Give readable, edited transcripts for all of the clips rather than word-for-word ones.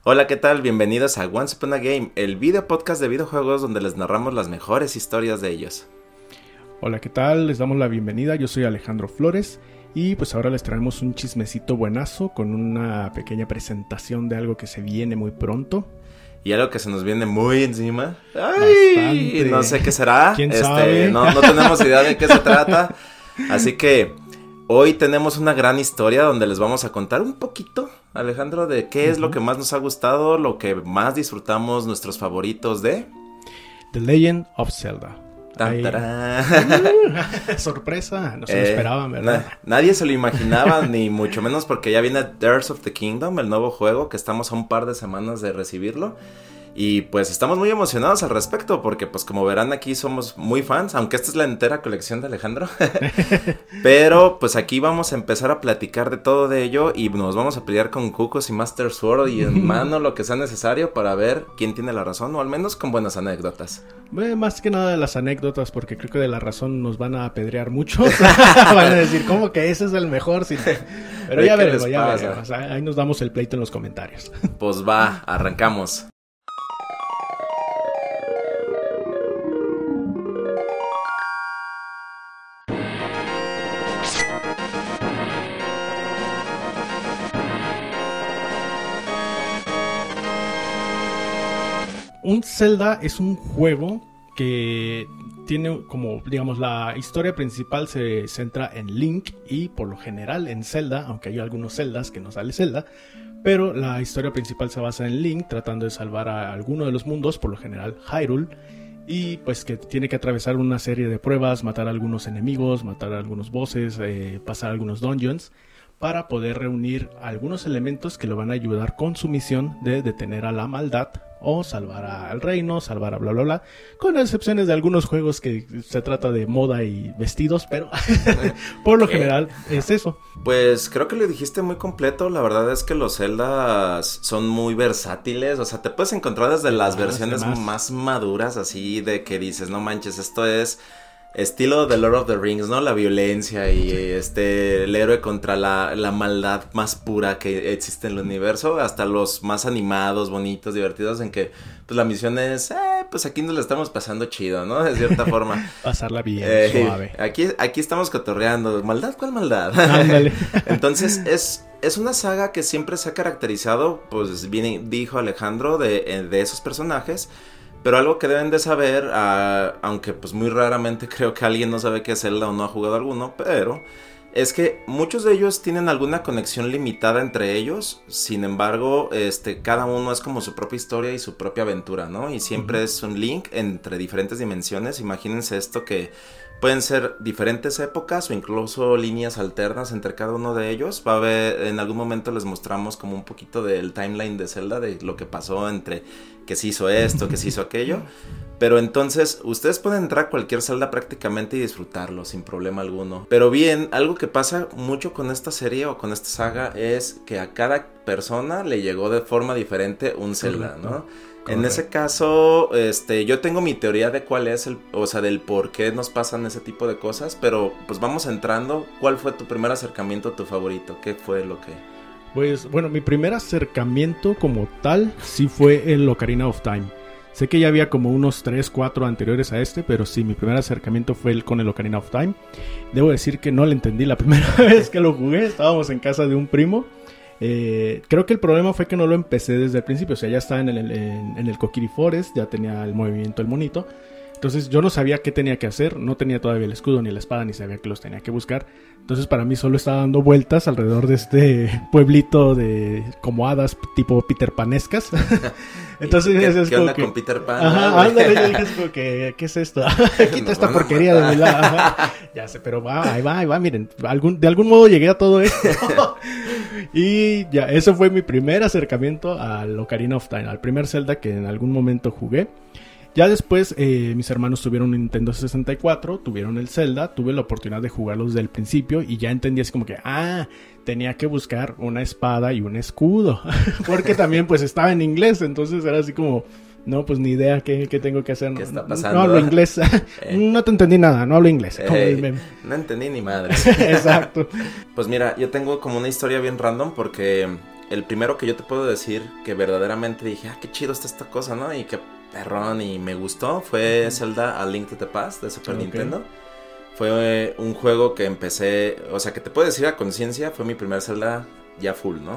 Hola, ¿qué tal? Bienvenidos a Once Upon a Game, el video podcast de videojuegos donde les narramos las mejores historias de ellos. Hola, ¿qué tal? Les damos la bienvenida, yo soy Alejandro Flores y pues ahora les traemos un chismecito buenazo con una pequeña presentación de algo que se viene muy pronto. Y algo que se nos viene muy encima. ¡Ay! Bastante. No sé qué será. ¿Quién sabe? No tenemos idea de qué se trata. Así que hoy tenemos una gran historia donde les vamos a contar un poquito, Alejandro, de qué es lo que más nos ha gustado, lo que más disfrutamos, nuestros favoritos de The Legend of Zelda. Sorpresa, no se lo esperaban, ¿verdad? Nadie se lo imaginaba, ni mucho menos porque ya viene Tears of the Kingdom, el nuevo juego, que estamos a un par de semanas de recibirlo. Y pues estamos muy emocionados al respecto porque pues como verán aquí somos muy fans, aunque esta es la entera colección de Alejandro. Pero pues aquí vamos a empezar a platicar de todo de ello y nos vamos a pelear con Cucos y Master Sword y en mano lo que sea necesario para ver quién tiene la razón, o al menos con buenas anécdotas. Más que nada de las anécdotas, porque creo que de la razón nos van a apedrear muchos. Van a decir, ¿cómo que ese es el mejor? Sí. Pero ya veremos. Ahí nos damos el pleito en los comentarios. Pues va, arrancamos. Un Zelda es un juego que tiene como, digamos, la historia principal se centra en Link y por lo general en Zelda, aunque hay algunos Zeldas que no sale Zelda, pero la historia principal se basa en Link tratando de salvar a alguno de los mundos, por lo general Hyrule, y pues que tiene que atravesar una serie de pruebas, matar a algunos enemigos, matar a algunos bosses, pasar algunos dungeons, para poder reunir algunos elementos que lo van a ayudar con su misión de detener a la maldad o salvar al reino, salvar a bla bla bla, con excepciones de algunos juegos que se trata de moda y vestidos, pero por lo general es eso. Pues creo que lo dijiste muy completo, la verdad es que los Zeldas son muy versátiles, o sea, te puedes encontrar desde las versiones más maduras, así de que dices, no manches, esto es estilo de Lord of the Rings, ¿no? La violencia y el héroe contra la maldad más pura que existe en el universo, hasta los más animados, bonitos, divertidos, en que pues la misión es, pues aquí nos la estamos pasando chido, ¿no? De cierta forma. Pasarla bien, suave. Aquí estamos cotorreando. ¿Maldad? ¿Cuál maldad? Ándale. Entonces es una saga que siempre se ha caracterizado, pues bien dijo Alejandro, de esos personajes. Pero algo que deben de saber, aunque pues muy raramente creo que alguien no sabe qué es Zelda o no ha jugado alguno, pero es que muchos de ellos tienen alguna conexión limitada entre ellos. Sin embargo, cada uno es como su propia historia y su propia aventura, ¿no? Y siempre es un link entre diferentes dimensiones. Imagínense esto, que pueden ser diferentes épocas o incluso líneas alternas entre cada uno de ellos. Va a haber, en algún momento les mostramos como un poquito del timeline de Zelda, de lo que pasó entre que se hizo esto, que se hizo aquello. Pero entonces, ustedes pueden entrar a cualquier Zelda prácticamente y disfrutarlo sin problema alguno. Pero bien, algo que pasa mucho con esta serie o con esta saga es que a cada persona le llegó de forma diferente un Zelda, ¿no? Correcto. En ese caso, yo tengo mi teoría de cuál es del por qué nos pasan ese tipo de cosas, pero pues vamos entrando. ¿Cuál fue tu primer acercamiento, tu favorito? ¿Qué fue lo que...? Pues, bueno, mi primer acercamiento como tal sí fue el Ocarina of Time. Sé que ya había como unos 3, 4 anteriores a pero sí, mi primer acercamiento fue con el Ocarina of Time. Debo decir que no le entendí la primera vez que lo jugué, estábamos en casa de un primo. Creo que el problema fue que no lo empecé desde el principio, o sea, ya estaba en el Kokiri Forest, ya tenía el movimiento el monito. Entonces yo no sabía qué tenía que hacer, no tenía todavía el escudo ni la espada, ni sabía que los tenía que buscar. Entonces para mí solo estaba dando vueltas alrededor de este pueblito de como hadas tipo Peter Panescas. Entonces ¿Qué onda con Peter Pan? Ajá, ándale, yo dije como que, ¿qué es esto? Quita esta porquería de mi lado. Ajá. Ya sé, pero ahí va, miren, de algún modo llegué a todo esto. Y ya, eso fue mi primer acercamiento al Ocarina of Time, al primer Zelda que en algún momento jugué. Ya después mis hermanos tuvieron un Nintendo 64, tuvieron el Zelda, tuve la oportunidad de jugarlos desde el principio y ya entendí así como que, tenía que buscar una espada y un escudo, porque también pues estaba en inglés, entonces era así como, no, pues ni idea qué tengo que hacer. ¿Qué está pasando? No hablo inglés, no te entendí nada, no hablo inglés. No entendí ni madre. Exacto. Pues mira, yo tengo como una historia bien random porque el primero que yo te puedo decir que verdaderamente dije, qué chido está esta cosa, ¿no? Y qué perrón y me gustó, fue Zelda A Link to the Past de Super Nintendo. Fue un juego que empecé, o sea, que te puedo decir a conciencia, fue mi primer Zelda ya full, ¿no?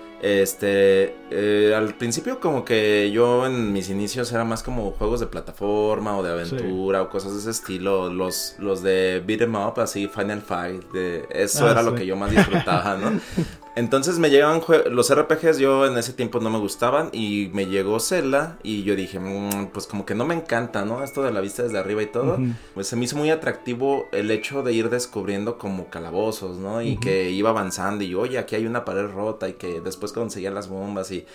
Al principio como que yo en mis inicios era más como juegos de plataforma o de aventura o cosas de ese estilo, los de beat 'em up, así Final Fight, eso era lo que yo más disfrutaba, ¿no? Entonces me llegaban los RPGs, yo en ese tiempo no me gustaban y me llegó Zelda y yo dije, pues como que no me encanta, ¿no? Esto de la vista desde arriba y todo, pues se me hizo muy atractivo el hecho de ir descubriendo como calabozos, ¿no? Y que iba avanzando y oye, aquí hay una pared rota y que después conseguían las bombas y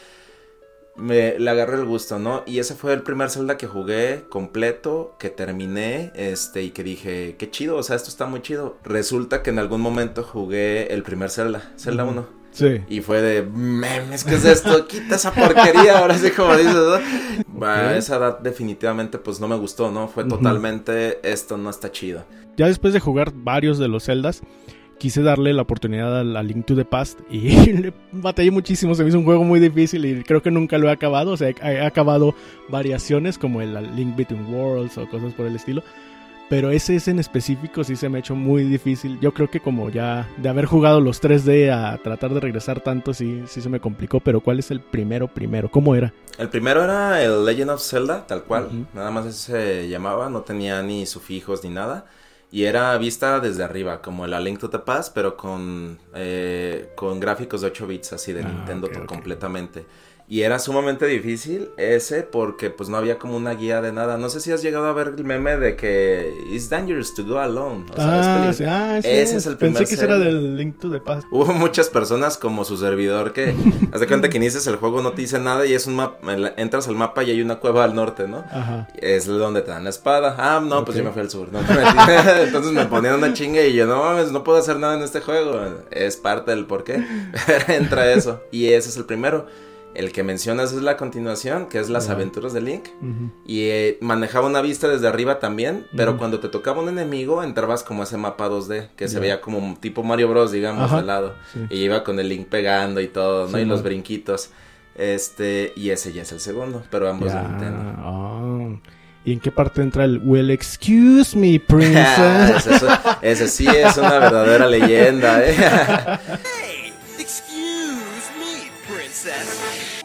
le agarré el gusto, ¿no? Y ese fue el primer Zelda que jugué completo, que terminé, y que dije, qué chido, o sea, esto está muy chido. Resulta que en algún momento jugué el primer Zelda 1. Sí. Y fue de, memes, ¿qué es esto? Quita esa porquería, ahora sí como dices, ¿no? A esa edad definitivamente pues no me gustó, ¿no? Fue totalmente, esto no está chido. Ya después de jugar varios de los Zeldas, quise darle la oportunidad a Link to the Past y le batallé muchísimo, se me hizo un juego muy difícil y creo que nunca lo he acabado, o sea, he acabado variaciones como el Link Between Worlds o cosas por el estilo, pero ese en específico sí se me ha hecho muy difícil. Yo creo que como ya de haber jugado los 3D a tratar de regresar tanto, sí se me complicó, pero ¿cuál es el primero? ¿Cómo era? El primero era el Legend of Zelda, tal cual, nada más ese se llamaba, no tenía ni sufijos ni nada. Y era vista desde arriba, como el A Link to the Past, pero con gráficos de 8 bits, así de Nintendo completamente. Y era sumamente difícil ese porque pues no había como una guía de nada. No sé si has llegado a ver el meme de que It's dangerous to go alone. O sea, ese es el primer. Pensé que era del Link to the Past. Hubo muchas personas como su servidor que haz de cuenta que inicias el juego, no te dice nada y es un mapa, entras al mapa y hay una cueva al norte, ¿no? Ajá. Es donde te dan la espada. No, pues yo me fui al sur. No, entonces me ponían una chinga y yo, no mames, no puedo hacer nada en este juego. Es parte del porqué. Entra eso. Y ese es el primero. El que mencionas es la continuación, que es las aventuras de Link. Y manejaba una vista desde arriba también, pero cuando te tocaba un enemigo, entrabas como ese mapa 2D, que se veía como tipo Mario Bros, digamos, de lado. Y iba con el Link pegando y todo, ¿no? Y los brinquitos. Y ese ya es el segundo, pero ambos de Nintendo. ¿Y en qué parte entra el Well, excuse me, princess? ese sí es una verdadera leyenda, Hey, excuse me, princess.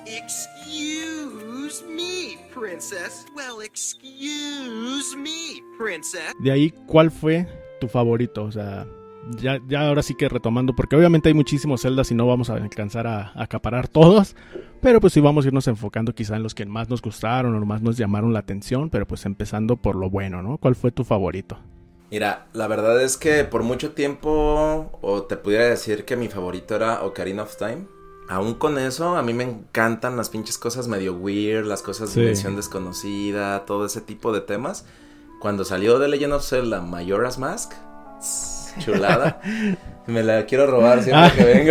Excuse me, princess. Well, excuse me, princess. De ahí, ¿cuál fue tu favorito? O sea, ya ahora sí que retomando, porque obviamente hay muchísimos Zeldas y no vamos a alcanzar a acaparar todos, pero pues sí vamos a irnos enfocando quizá en los que más nos gustaron o más nos llamaron la atención, pero pues empezando por lo bueno, ¿no? ¿Cuál fue tu favorito? Mira, la verdad es que por mucho tiempo, o te pudiera decir que mi favorito era Ocarina of Time. Aún con eso, a mí me encantan las pinches cosas medio weird, las cosas de dimensión desconocida, todo ese tipo de temas. Cuando salió The Legend of Zelda Majora's Mask, chulada, me la quiero robar siempre que vengo.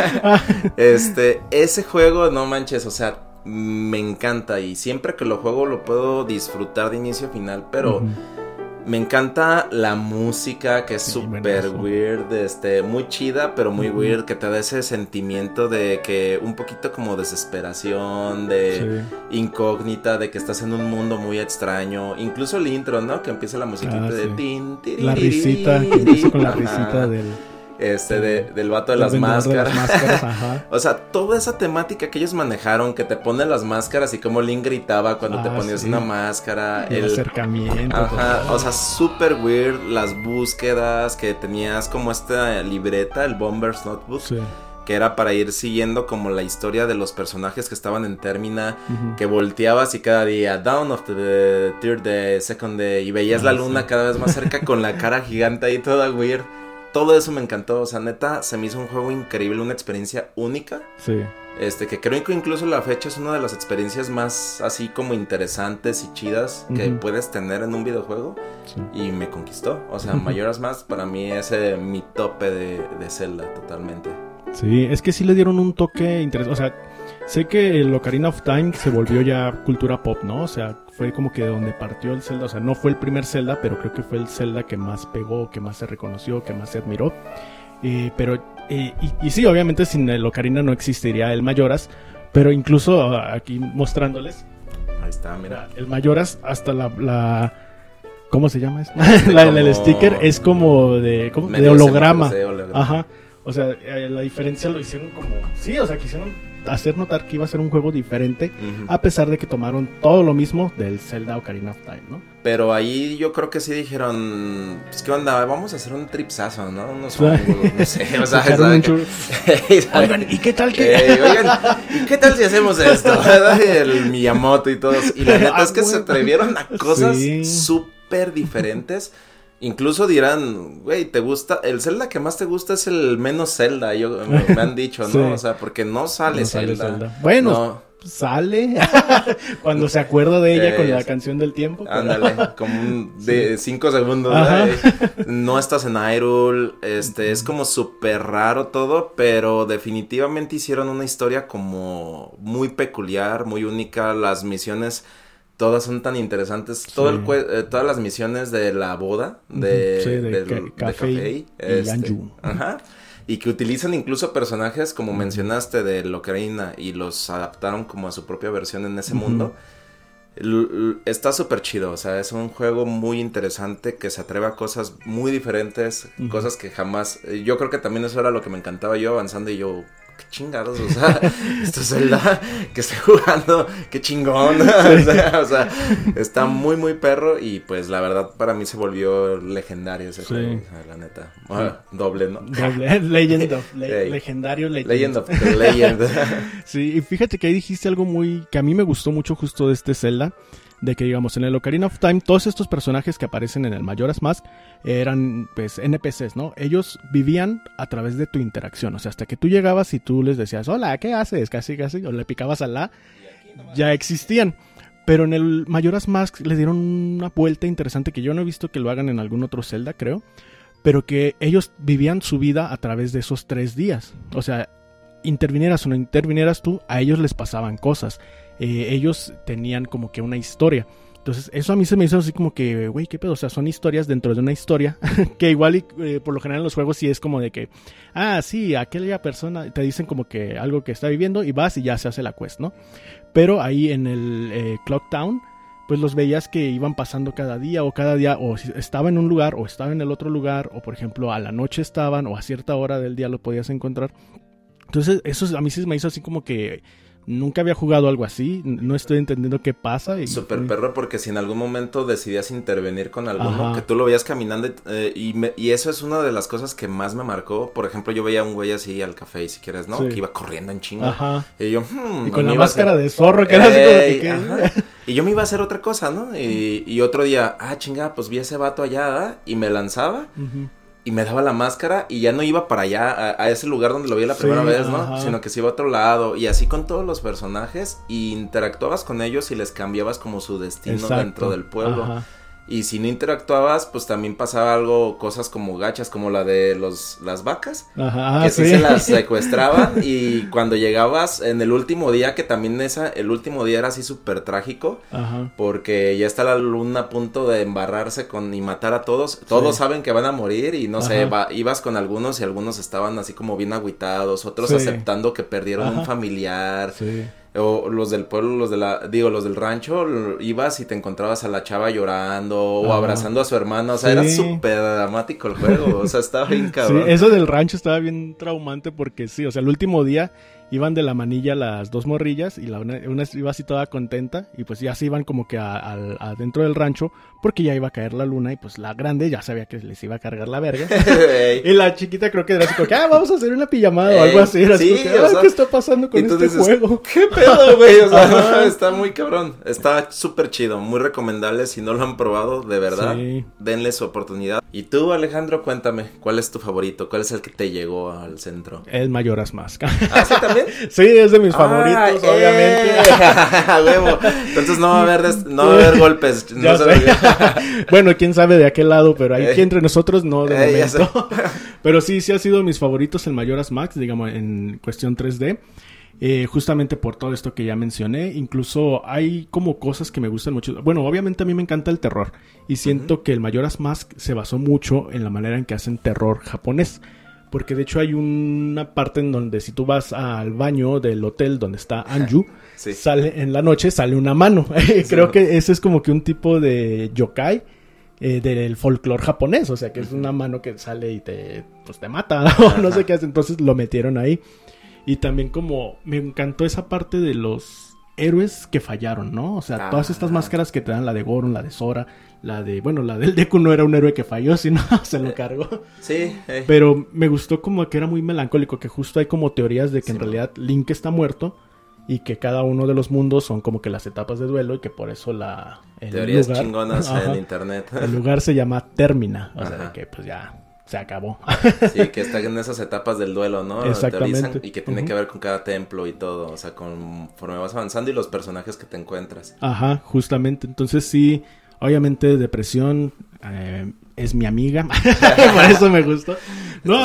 Ese juego, no manches, o sea, me encanta y siempre que lo juego lo puedo disfrutar de inicio a final, pero me encanta la música que es súper weird, muy chida, pero muy weird, que te da ese sentimiento de que un poquito como desesperación, de incógnita, de que estás en un mundo muy extraño, incluso el intro, ¿no? Que empieza la musiquita de tin, la risita, que empieza con la risita del vato de las máscaras. O sea, toda esa temática que ellos manejaron, que te ponen las máscaras y como Link gritaba cuando te ponías una máscara, el acercamiento, o sea, super weird, las búsquedas, que tenías como esta libreta, el Bomber's Notebook, que era para ir siguiendo como la historia de los personajes que estaban en Termina, que volteabas y cada día, down of the third day, second day, y veías la luna cada vez más cerca con la cara gigante ahí toda weird. Todo eso me encantó, o sea, neta, se me hizo un juego increíble, una experiencia única. Que creo que incluso la fecha es una de las experiencias más así como interesantes y chidas que puedes tener en un videojuego. Y me conquistó, o sea, Majora's Mask para mí es mi tope de Zelda totalmente. Sí, es que sí le dieron un toque interesante, o sea, sé que el Ocarina of Time se volvió ya cultura pop, ¿no? O sea, fue como que donde partió el Zelda, o sea, no fue el primer Zelda, pero creo que fue el Zelda que más pegó, que más se reconoció, que más se admiró. Y sí, obviamente sin el Ocarina no existiría el Majora's, pero incluso aquí mostrándoles. Ahí está, mira. El Majora's hasta la ¿cómo se llama eso? El sticker es como de holograma. Ajá. O sea, la diferencia lo hicieron como... Sí, o sea, quisieron hacer notar que iba a ser un juego diferente, a pesar de que tomaron todo lo mismo del Zelda Ocarina of Time, ¿no? Pero ahí yo creo que sí dijeron, pues qué onda, vamos a hacer un tripsazo, ¿no? Unos hongos, no sé, o sea, oigan, ¿y qué tal que? Oigan, ¿y qué tal si hacemos esto? El Miyamoto y todos. Y la neta es que se atrevieron a cosas súper diferentes. Incluso dirán, güey, ¿te gusta? El Zelda que más te gusta es el menos Zelda, me han dicho, ¿no? Sí. O sea, porque no sale Zelda. Bueno, no. Sale cuando se acuerda de ella con la canción del tiempo. Ándale, como de 5 segundos. No estás en Hyrule, es como súper raro todo, pero definitivamente hicieron una historia como muy peculiar, muy única. Las misiones... Todas son tan interesantes. Sí. Todas las misiones de la boda de Café y Anju. Ajá. Y que utilizan incluso personajes, como mencionaste, de Ocarina y los adaptaron como a su propia versión en ese mundo. Está súper chido. O sea, es un juego muy interesante que se atreve a cosas muy diferentes, cosas que jamás... Yo creo que también eso era lo que me encantaba yo avanzando y yo... qué chingados, o sea, esto es Zelda que estoy jugando, qué chingón, o sea, está muy muy perro y pues la verdad para mí se volvió legendario ese juego, o sea, la neta, doble, ¿no? Doble, legendario, Legend of the Legend. Sí, y fíjate que ahí dijiste algo que a mí me gustó mucho justo de este Zelda, de que digamos en el Ocarina of Time todos estos personajes que aparecen en el Majora's Mask eran pues NPCs, ¿no? Ellos vivían a través de tu interacción, o sea, hasta que tú llegabas y tú les decías, hola, ¿qué haces? Casi, o le picabas a ya existían. Pero en el Majora's Mask le dieron una vuelta interesante que yo no he visto que lo hagan en algún otro Zelda, creo, pero que ellos vivían su vida a través de esos 3 días, o sea, intervinieras o no intervinieras tú, a ellos les pasaban cosas. Ellos tenían como que una historia. Entonces eso a mí se me hizo así como que, güey, qué pedo, o sea, son historias dentro de una historia. Que igual por lo general en los juegos sí es como de que, sí, aquella persona, te dicen como que algo que está viviendo y vas y ya se hace la quest, ¿no? Pero ahí en el Clock Town, pues los veías que iban pasando cada día o estaba en un lugar o estaba en el otro lugar, o por ejemplo a la noche estaban o a cierta hora del día lo podías encontrar. Entonces eso a mí sí me hizo así como que nunca había jugado algo así, no estoy entendiendo qué pasa. Súper perro, porque si en algún momento decidías intervenir con alguno, que tú lo veías caminando y eso es una de las cosas que más me marcó. Por ejemplo, yo veía a un güey así al café, si quieres, ¿no? Que iba corriendo en chingo. Y yo, y con la máscara de zorro, que era así como que... Y yo me iba a hacer otra cosa, ¿no? Y otro día, chinga, pues vi a ese vato allá, y me lanzaba... Y me daba la máscara y ya no iba para allá, a ese lugar donde lo vi la primera vez, ¿no? Sino que se iba a otro lado. Y así con todos los personajes. Y interactuabas con ellos y les cambiabas como su destino dentro del pueblo. Y si no interactuabas, pues también pasaba algo, cosas como gachas, como la de las vacas. Que sí se las secuestraban. Y cuando llegabas en el último día, que también el último día era así súper trágico. Porque ya está la luna a punto de embarrarse y matar a todos. Todos saben que van a morir y no sé, ibas con algunos y algunos estaban así como bien agüitados. Otros aceptando que perdieron un familiar. O los del pueblo, los del rancho, ibas y te encontrabas a la chava llorando o abrazando a su hermano, o sea, era súper dramático el juego, o sea, estaba bien cabrón. Sí, eso del rancho estaba bien traumante porque sí, o sea, el último día iban de la manilla las 2 morrillas y una iba así toda contenta y pues ya se iban como que adentro del rancho porque ya iba a caer la luna y pues la grande ya sabía que les iba a cargar la verga. Y la chiquita creo que era así como que, vamos a hacer una pijamada o algo así. Era así como que, ¿qué está pasando con este juego? ¿Qué pedo, güey? O sea, está muy cabrón. Está súper chido, muy recomendable. Si no lo han probado, de verdad, denle su oportunidad. Y tú, Alejandro, cuéntame, ¿cuál es tu favorito? ¿Cuál es el que te llegó al centro? El Majora's Mask. ¿Sí también? Sí, es de mis favoritos, obviamente. Huevo. Entonces no va a haber golpes. No Bueno, quién sabe de aquel lado, pero aquí entre nosotros no, de momento. Pero sí ha sido mis favoritos el Majora's Mask, digamos, en cuestión 3D. Justamente por todo esto que ya mencioné. Incluso hay como cosas que me gustan mucho. Bueno, obviamente a mí me encanta el terror. Y siento que el Majora's Mask se basó mucho en la manera en que hacen terror japonés. porque de hecho hay una parte en donde si tú vas al baño del hotel donde está Anju, Sí. sale en la noche sale una mano. Creo que ese es como que un tipo de yokai del folclore japonés, o sea que es una mano que sale y te mata, o no sé qué hace, entonces lo metieron ahí. Y también como me encantó esa parte de los héroes que fallaron, ¿no? O sea, todas estas máscaras que te dan, la de Goron, la de Sora, la del Deku no era un héroe que falló, sino se lo cargó. Sí. Pero me gustó como que era muy melancólico, que justo hay como teorías de que en realidad Link está muerto y que cada uno de los mundos son como que las etapas de duelo y que por eso el teorías lugar, chingonas en internet. El lugar se llama Termina, o sea, Ajá. de que pues ya se acabó. Sí, que está en esas etapas del duelo, ¿no? Exactamente. Teorizan, y que tiene que ver con cada templo y todo, o sea, conforme vas avanzando y los personajes que te encuentras. Ajá, justamente. Entonces sí, obviamente depresión es mi amiga. Por eso me gustó. No,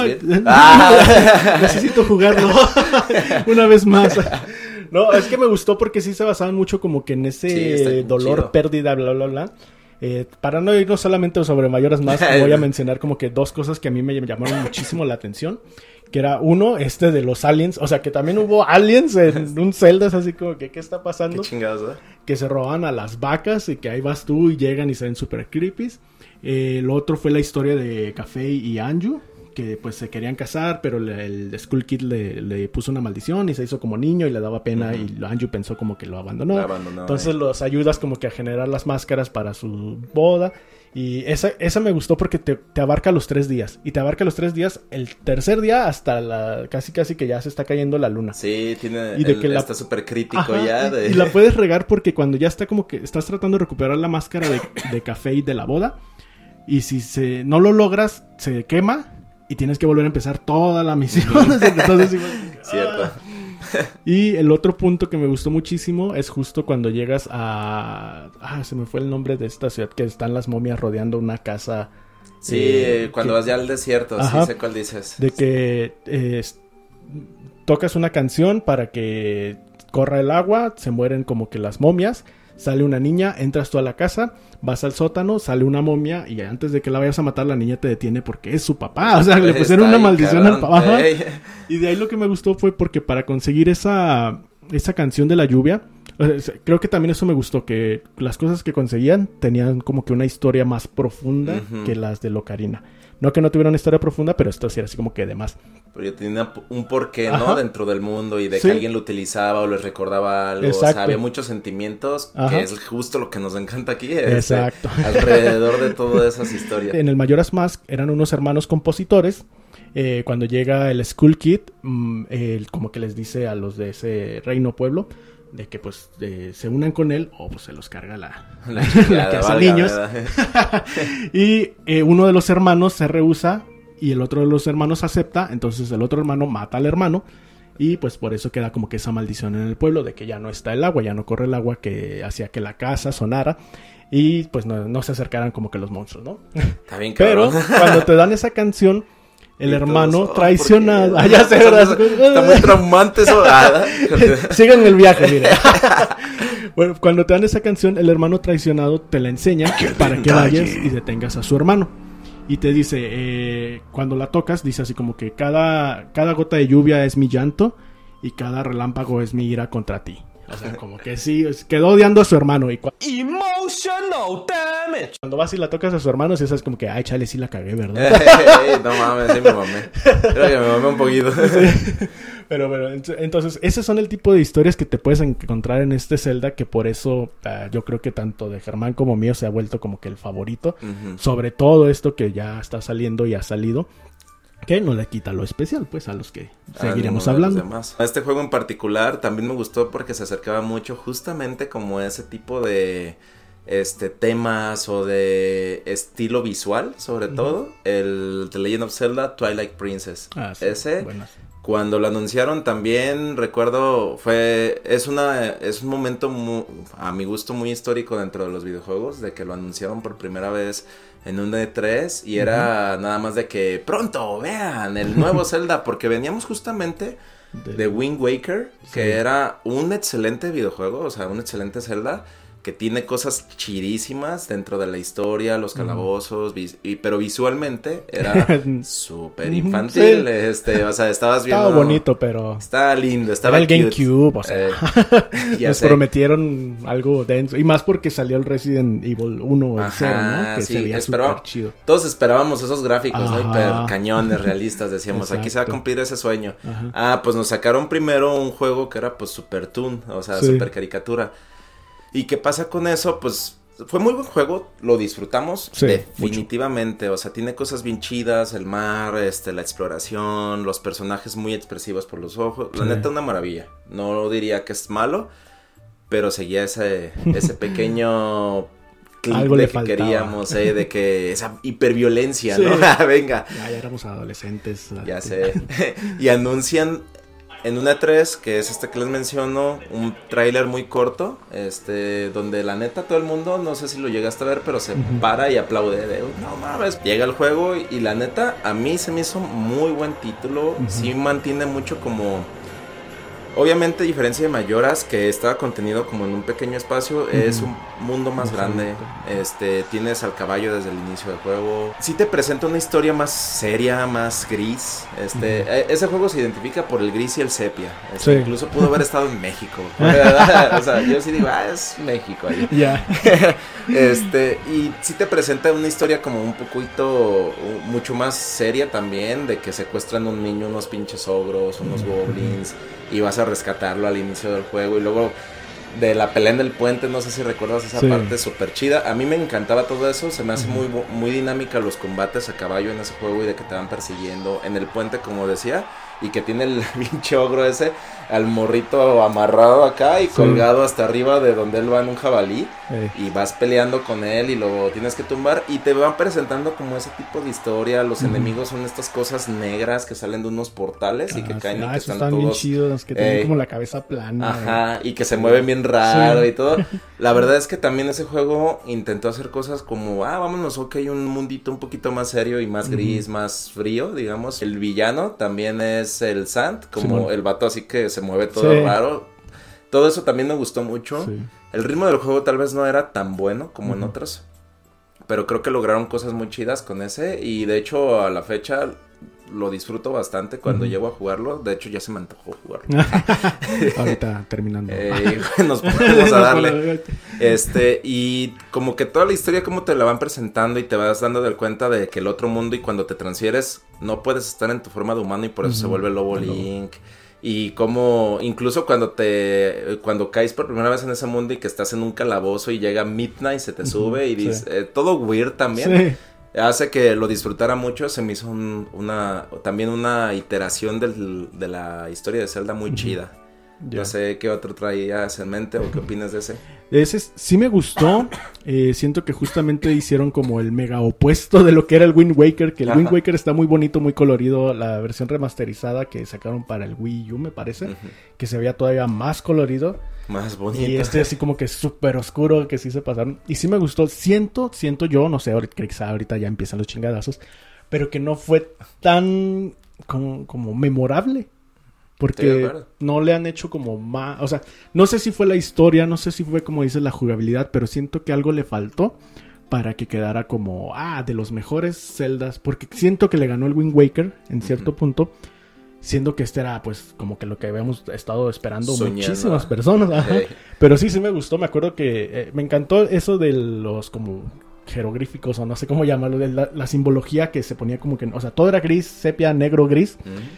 necesito jugarlo una vez más. No, es que me gustó porque sí se basaban mucho como que en ese dolor, chido. pérdida, bla, bla, bla. Para no irnos solamente sobre mayores más, voy a mencionar como que dos cosas que a mí me llamaron muchísimo la atención. Que era uno, de los aliens. O sea, que también hubo aliens en un Zelda. Es así como que, ¿qué está pasando? Qué chingados, Que se roban a las vacas y que ahí vas tú y llegan y se ven super creepy. Lo otro fue la historia de Kafei y Anju, que pues se querían casar, pero el Skull Kid le puso una maldición y se hizo como niño y le daba pena y Anju pensó como que lo abandonó. Entonces los ayudas como que a generar las máscaras para su boda. Y esa me gustó porque te abarca los 3 días. Y te abarca los 3 días, el tercer día hasta casi que ya se está cayendo la luna. Sí, está súper crítico. Ajá, ya. Y la puedes regar porque cuando ya está como que estás tratando de recuperar la máscara de Kafei de la boda. Y si no lo logras, se quema y tienes que volver a empezar toda la misión. Entonces, Cierto. Y el otro punto que me gustó muchísimo es justo cuando llegas se me fue el nombre de esta ciudad, que están las momias rodeando una casa. Sí, cuando vas ya al desierto, ajá, sí sé cuál dices. De que tocas una canción para que corra el agua, se mueren como que las momias. Sale una niña, entras tú a la casa, vas al sótano, sale una momia y antes de que la vayas a matar la niña te detiene porque es su papá, o sea, le pusieron una maldición al papá. Y de ahí lo que me gustó fue porque para conseguir esa canción de la lluvia, creo que también eso me gustó, que las cosas que conseguían tenían como que una historia más profunda que las de Ocarina. No que no tuviera una historia profunda, pero esto sí era así como que de más. Pero ya tenía un porqué, ¿no? Ajá. Dentro del mundo y de Sí. que alguien lo utilizaba o les recordaba algo. Exacto. O sea, había muchos sentimientos, Ajá. que es justo lo que nos encanta aquí. Exacto. Alrededor de todas esas historias. En el Majora's Mask eran unos hermanos compositores. Cuando llega el Skull Kid, él como que les dice a los de ese reino pueblo de que pues se unan con él o pues se los carga la que hace niños. Y uno de los hermanos se rehúsa y el otro de los hermanos acepta. Entonces el otro hermano mata al hermano y pues por eso queda como que esa maldición en el pueblo de que ya no está el agua, ya no corre el agua que hacía que la casa sonara y pues no se acercaran como que los monstruos, ¿no? Está bien, Pero cabrón. cuando te dan esa canción, el Y hermano todos, traicionado. ¿por qué? Ya sé, ¿verdad? Está muy traumante eso. Sigan el viaje, mire. Bueno, cuando te dan esa canción, el hermano traicionado te la enseña para que vayas y detengas a su hermano. Y te dice, cuando la tocas, dice así como que cada gota de lluvia es mi llanto y cada relámpago es mi ira contra ti. O sea, como que sí, quedó odiando a su hermano. Y Emotional damage. cuando vas y la tocas a su hermano, sí, es como que, ay, chale, sí la cagué, ¿verdad? No mames, sí me mamé. Creo que me mamé un poquito. Pero bueno, entonces, esos son el tipo de historias que te puedes encontrar en este Zelda, que por eso yo creo que tanto de Germán como mío se ha vuelto como que el favorito. Sobre todo esto que ya está saliendo y ha salido. Que no le quita lo especial, pues, a los que seguiremos hablando. Este juego en particular también me gustó porque se acercaba mucho justamente como ese tipo de temas o de estilo visual, sobre todo. El The Legend of Zelda Twilight Princess. Sí, ese, buenas. cuando lo anunciaron también, recuerdo, es un momento a mi gusto muy histórico dentro de los videojuegos, de que lo anunciaron por primera vez en un E3 y era nada más de que pronto vean el nuevo Zelda, porque veníamos justamente de Wind Waker, que era un excelente videojuego, o sea, un excelente Zelda, que tiene cosas chidísimas dentro de la historia, los calabozos, pero visualmente era súper infantil. Sí. O sea, estabas viendo... Estaba bonito, pero... Estaba lindo, estaba Era el cute. GameCube, o sea... Nos sé. prometieron algo denso. Y más porque salió el Resident Evil 1 o el 0, ¿no? Que sí, se veía súper chido. Todos esperábamos esos gráficos, ¿no? Ajá. Hiper cañones, realistas, decíamos, aquí se va a Exacto. cumplir ese sueño. Ajá. Pues nos sacaron primero un juego que era pues Super Toon, o sea, Sí. super caricatura. ¿Y qué pasa con eso? Pues fue muy buen juego, lo disfrutamos Sí, definitivamente, o sea, tiene cosas bien chidas, el mar, la exploración, los personajes muy expresivos por los ojos, la Sí. neta una maravilla, no diría que es malo, pero seguía ese pequeño clip Algo de le que faltaba. queríamos, de que esa hiperviolencia, Sí. ¿no? Venga. Ya éramos adolescentes. Ya sé. Y anuncian en una 3, que es que les menciono, un tráiler muy corto, donde la neta todo el mundo, no sé si lo llegaste a ver, pero se para y aplaude de, no mames. Llega el juego y la neta, a mí se me hizo muy buen título, sí mantiene mucho como... Obviamente, a diferencia de Mayoras, que estaba contenido como en un pequeño espacio, es un mundo más grande. Tienes al caballo desde el inicio del juego. Sí te presenta una historia más seria, más gris. Ese juego se identifica por el gris y el sepia. Sí. Incluso pudo haber estado en México. O sea, yo sí digo, es México ahí. Ya. Y sí te presenta una historia como un poquito, mucho más seria también, de que secuestran un niño, unos pinches ogros, unos goblins, y vas a rescatarlo al inicio del juego, y luego de la pelea en el puente, no sé si recuerdas esa parte súper chida. A mí me encantaba todo eso, se me hace muy dinámica los combates a caballo en ese juego, y de que te van persiguiendo en el puente, como decía, y que tiene el pinche ogro ese al morrito amarrado acá y colgado hasta arriba de donde él va en un jabalí, y vas peleando con él y lo tienes que tumbar, y te van presentando como ese tipo de historia. Los enemigos son estas cosas negras que salen de unos portales y que caen y que esos están bien todos chidos, que tienen como la cabeza plana. Ajá, y que se mueven bien raro y todo. La verdad es que también ese juego intentó hacer cosas como, vámonos, un mundito un poquito más serio y más gris, más frío, digamos. El villano también es el Sant, como el vato así que se mueve todo raro. Todo eso también me gustó mucho. Sí. El ritmo del juego tal vez no era tan bueno como en otros, pero creo que lograron cosas muy chidas con ese, y de hecho a la fecha lo disfruto bastante cuando llego a jugarlo. De hecho ya se me antojó jugarlo. Ahorita terminando. Nos ponemos a darle. Y como que toda la historia como te la van presentando y te vas dando de cuenta de que el otro mundo, y cuando te transfieres no puedes estar en tu forma de humano, y por eso se vuelve Lobo Link. Y como incluso cuando caes por primera vez en ese mundo y que estás en un calabozo y llega Midnight, se te sube y dices, todo weird también. Hace que lo disfrutara mucho. Se me hizo también una iteración de la historia de Zelda muy chida. No sé qué otro traías en mente o qué opinas de ese. Ese sí me gustó. Siento que justamente hicieron como el mega opuesto de lo que era el Wind Waker. Que el Wind Waker está muy bonito, muy colorido. La versión remasterizada que sacaron para el Wii U, me parece, que se veía todavía más colorido, más bonito. Y así como que súper oscuro, que sí se pasaron. Y sí me gustó. Siento yo, no sé, quizá ahorita ya empiezan los chingadazos, pero que no fue tan como memorable. Porque no le han hecho como más... O sea, no sé si fue la historia, no sé si fue como dices la jugabilidad, pero siento que algo le faltó para que quedara como... de los mejores Zeldas. Porque siento que le ganó el Wind Waker en cierto punto. Siendo que era pues como que lo que habíamos estado esperando muchísimas personas. Ajá. Pero sí me gustó. Me acuerdo que me encantó eso de los como... jeroglíficos o no sé cómo llamarlo. De la simbología que se ponía como que... O sea, todo era gris, sepia, negro, gris.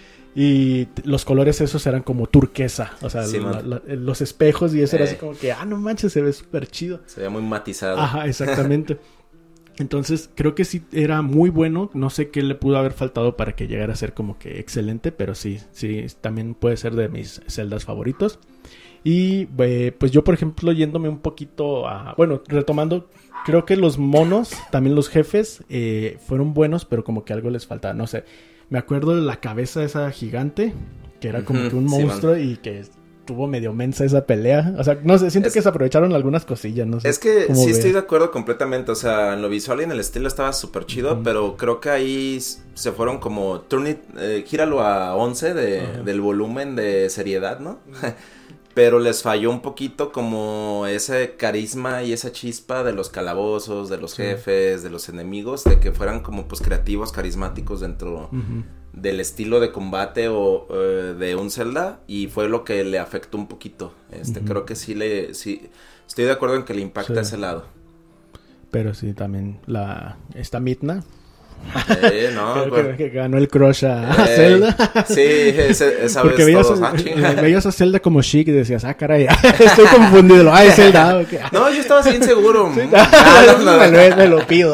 Y los colores esos eran como turquesa. O sea, los espejos y eso era así como que... no manches, se ve súper chido. Se ve muy matizado. Ajá, exactamente. Entonces, creo que sí era muy bueno. No sé qué le pudo haber faltado para que llegara a ser como que excelente. Pero sí, también puede ser de mis Zeldas favoritos. Y pues yo, por ejemplo, yéndome un poquito a... Bueno, retomando... Creo que los monos, también los jefes, fueron buenos, pero como que algo les faltaba. No sé... Me acuerdo de la cabeza esa gigante, que era como que un monstruo y que estuvo medio mensa esa pelea. O sea, no sé, siento que se aprovecharon algunas cosillas, no sé. Es que sí estoy de acuerdo completamente. O sea, en lo visual y en el estilo estaba súper chido, pero creo que ahí se fueron como... gíralo a 11 del volumen de seriedad, ¿no? pero les falló un poquito como ese carisma y esa chispa de los calabozos, de los jefes, de los enemigos, de que fueran como pues creativos, carismáticos dentro del estilo de combate o de un Zelda, y fue lo que le afectó un poquito. Creo que sí estoy de acuerdo en que le impacta ese lado. Pero sí, también esta Midna. No, que ganó el crush a Zelda. Sí, esa porque vez veías, todos, veías a Zelda como chic y decías, caray, estoy confundido. Es Zelda. Okay. No, yo estaba así inseguro. ¿Sí? Me lo pido.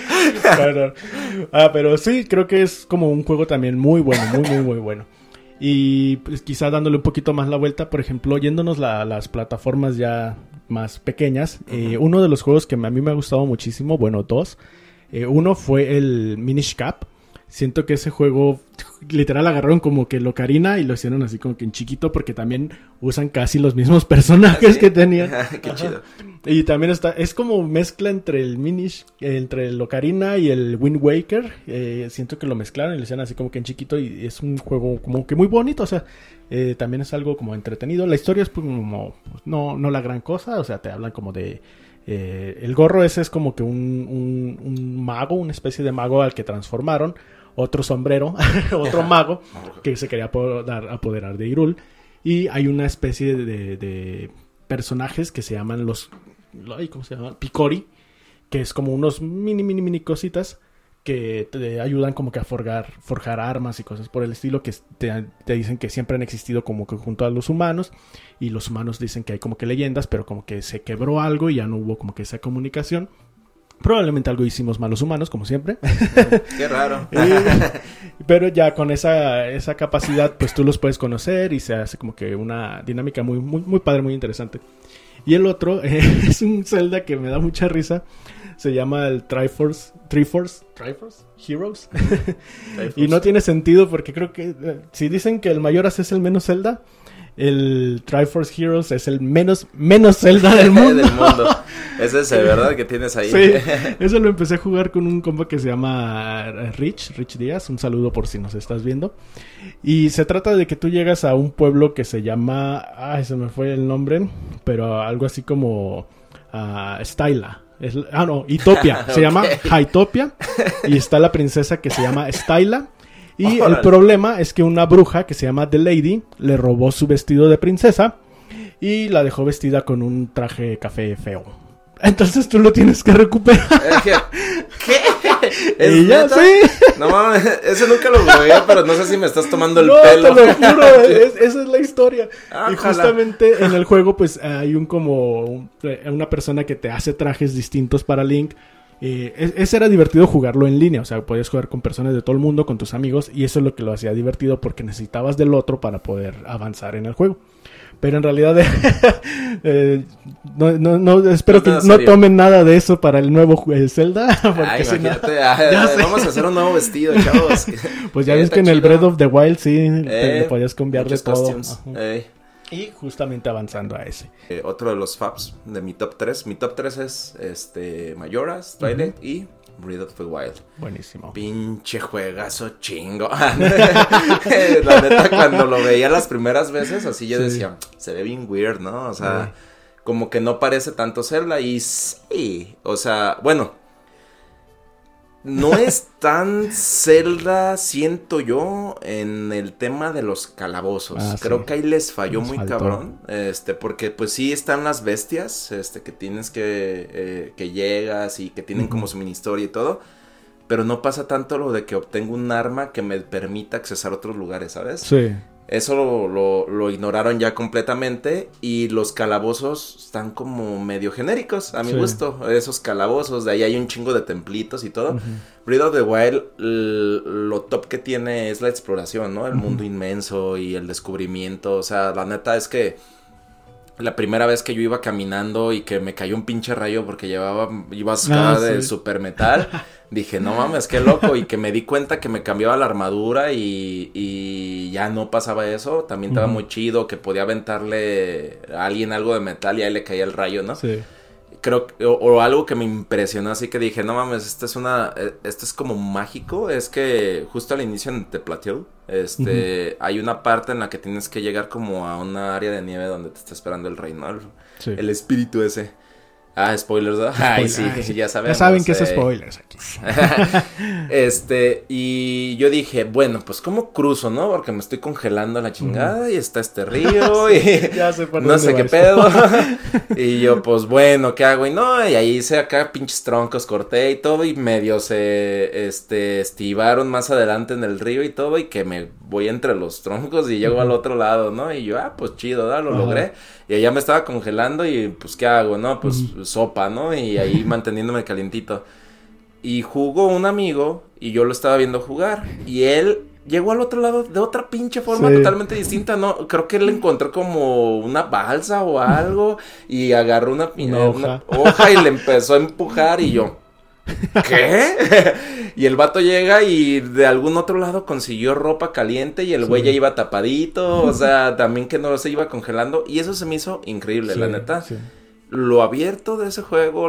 Pero sí, creo que es como un juego también muy bueno, muy bueno. Y pues quizá dándole un poquito más la vuelta, por ejemplo, yéndonos las plataformas ya más pequeñas, uno de los juegos que a mí me ha gustado muchísimo, bueno, dos. Uno fue el Minish Cap. Siento que ese juego literal agarraron como que Ocarina y lo hicieron así como que en chiquito, porque también usan casi los mismos personajes que tenían. Qué chido. Y también es como mezcla entre entre el Ocarina y el Wind Waker. Siento que lo mezclaron y lo hicieron así como que en chiquito, y es un juego como que muy bonito, o sea, también es algo como entretenido. La historia es pues, como no la gran cosa, o sea, te hablan como de el gorro ese es como que un mago, una especie de mago al que transformaron, otro sombrero, otro mago que se quería apoderar de Hyrule, y hay una especie de personajes que se llaman ¿cómo se llama? Picori, que es como unos mini cositas que te ayudan como que a forjar armas y cosas por el estilo, que te dicen que siempre han existido como que junto a los humanos, y los humanos dicen que hay como que leyendas, pero como que se quebró algo y ya no hubo como que esa comunicación. Probablemente algo hicimos mal los humanos, como siempre. Qué raro. Pero ya con esa capacidad, pues tú los puedes conocer y se hace como que una dinámica muy padre, muy interesante. Y el otro es un Zelda que me da mucha risa. Se llama el Triforce Heroes. Y no tiene sentido porque creo que si dicen que el Majora's es el menos Zelda, el Triforce Heroes es el menos Zelda del mundo. Es ese, ¿verdad? Que tienes ahí. Sí, eso lo empecé a jugar con un compa que se llama Rich Díaz. Un saludo por si nos estás viendo. Y se trata de que tú llegas a un pueblo que se llama... se me fue el nombre, pero algo así como Styla. Hytopia. Se llama Hytopia. Y está la princesa que se llama Styla. Y el problema es que una bruja que se llama The Lady le robó su vestido de princesa y la dejó vestida con un traje café feo. Entonces tú lo tienes que recuperar. ¿Qué? ¿Es y ya, sí. No mames, eso nunca lo veía, pero no sé si me estás tomando el No, pelo. te lo juro, esa es la historia. Y justamente en el juego pues hay una persona que te hace trajes distintos para Link. Ese era divertido jugarlo en línea, o sea, podías jugar con personas de todo el mundo, con tus amigos, y eso es lo que lo hacía divertido porque necesitabas del otro para poder avanzar en el juego. Pero en realidad espero que no tomen nada de eso para el nuevo Zelda. Imagínate, vamos a hacer un nuevo vestido, chavos. Pues ya ves que en el Breath of the Wild sí te podías cambiar de todo. Y justamente avanzando a ese. Otro de los faps de mi top 3. Mi top 3 es Majora's, Twilight y Breath of the Wild. Buenísimo. Pinche juegazo chingo. La neta, cuando lo veía las primeras veces, así yo decía, se ve bien weird, ¿no? O sea, como que no parece tanto Zelda. Y sí, o sea, bueno, no es tan Zelda, siento yo, en el tema de los calabozos. Creo que ahí les falló muy cabrón. Porque pues sí están las bestias, que tienes que llegas y que tienen como su mini historia y todo. Pero no pasa tanto lo de que obtengo un arma que me permita accesar a otros lugares, ¿sabes? Sí. Eso lo ignoraron ya completamente. Y los calabozos están como medio genéricos, a mi gusto. Esos calabozos, de ahí hay un chingo de templitos y todo. Breath of the Wild, lo top que tiene es la exploración, ¿no? El mundo inmenso y el descubrimiento. O sea, la neta es que la primera vez que yo iba caminando y que me cayó un pinche rayo porque iba a de super metal, dije, no mames, qué loco. Y que me di cuenta que me cambiaba la armadura y ya no pasaba eso. También estaba muy chido, que podía aventarle a alguien algo de metal y ahí le caía el rayo, ¿no? Sí. creo o algo que me impresionó, así que dije, no mames, esto es como mágico, es que justo al inicio en The Plateau, hay una parte en la que tienes que llegar como a una área de nieve donde te está esperando el rey, ¿no? El espíritu ese. Spoilers, ¿no? Ay, sí, ya sabemos. Ya saben que es spoilers aquí. Y yo dije, bueno, pues ¿cómo cruzo, no? Porque me estoy congelando a la chingada y está este río y ya sé por no sé qué esto. pedo. Y yo, pues bueno, ¿qué hago? Y no, y ahí hice acá pinches troncos, corté y todo y medio se, estivaron más adelante en el río y todo y que me voy entre los troncos y llego al otro lado, ¿no? Y yo, pues chido, ¿no? Lo logré. Y allá me estaba congelando y pues ¿qué hago, no? Pues sopa, ¿no? Y ahí manteniéndome calientito. Y jugó un amigo y yo lo estaba viendo jugar. Y él llegó al otro lado de otra pinche forma totalmente distinta, ¿no? Creo que él encontró como una balsa o algo y agarró una hoja y le empezó a empujar y yo... ¿Qué? Y el vato llega y de algún otro lado consiguió ropa caliente y el güey ya iba tapadito, o sea, también que no se iba congelando y eso se me hizo increíble, la neta. Lo abierto de ese juego,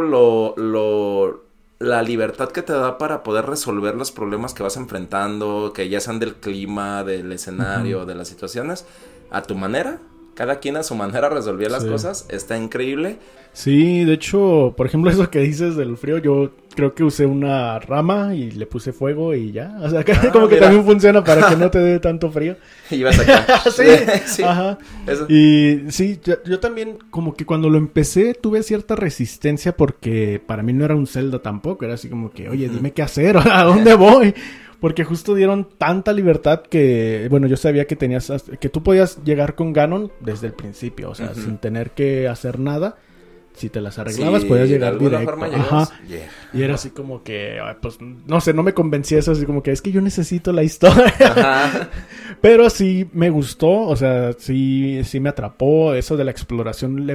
la libertad que te da para poder resolver los problemas que vas enfrentando, que ya sean del clima, del escenario, de las situaciones, a tu manera. Cada quien a su manera resolvía las cosas, está increíble. Sí, de hecho, por ejemplo, eso que dices del frío, yo creo que usé una rama y le puse fuego y ya. O sea, como que también funciona para que no te dé tanto frío. Y vas acá. Sí, ajá. Eso. Y sí, yo también como que cuando lo empecé tuve cierta resistencia porque para mí no era un Zelda tampoco. Era así como que, oye, dime qué hacer, ¿a dónde voy? Porque justo dieron tanta libertad que, bueno, yo sabía que que tú podías llegar con Ganon desde el principio, o sea, sin tener que hacer nada. Si te las arreglabas, podías llegar directo. Ajá. Y era así como que, pues, no sé, no me convencía eso, así como que es que yo necesito la historia. Ajá. Pero sí me gustó, o sea, sí me atrapó. Eso de la exploración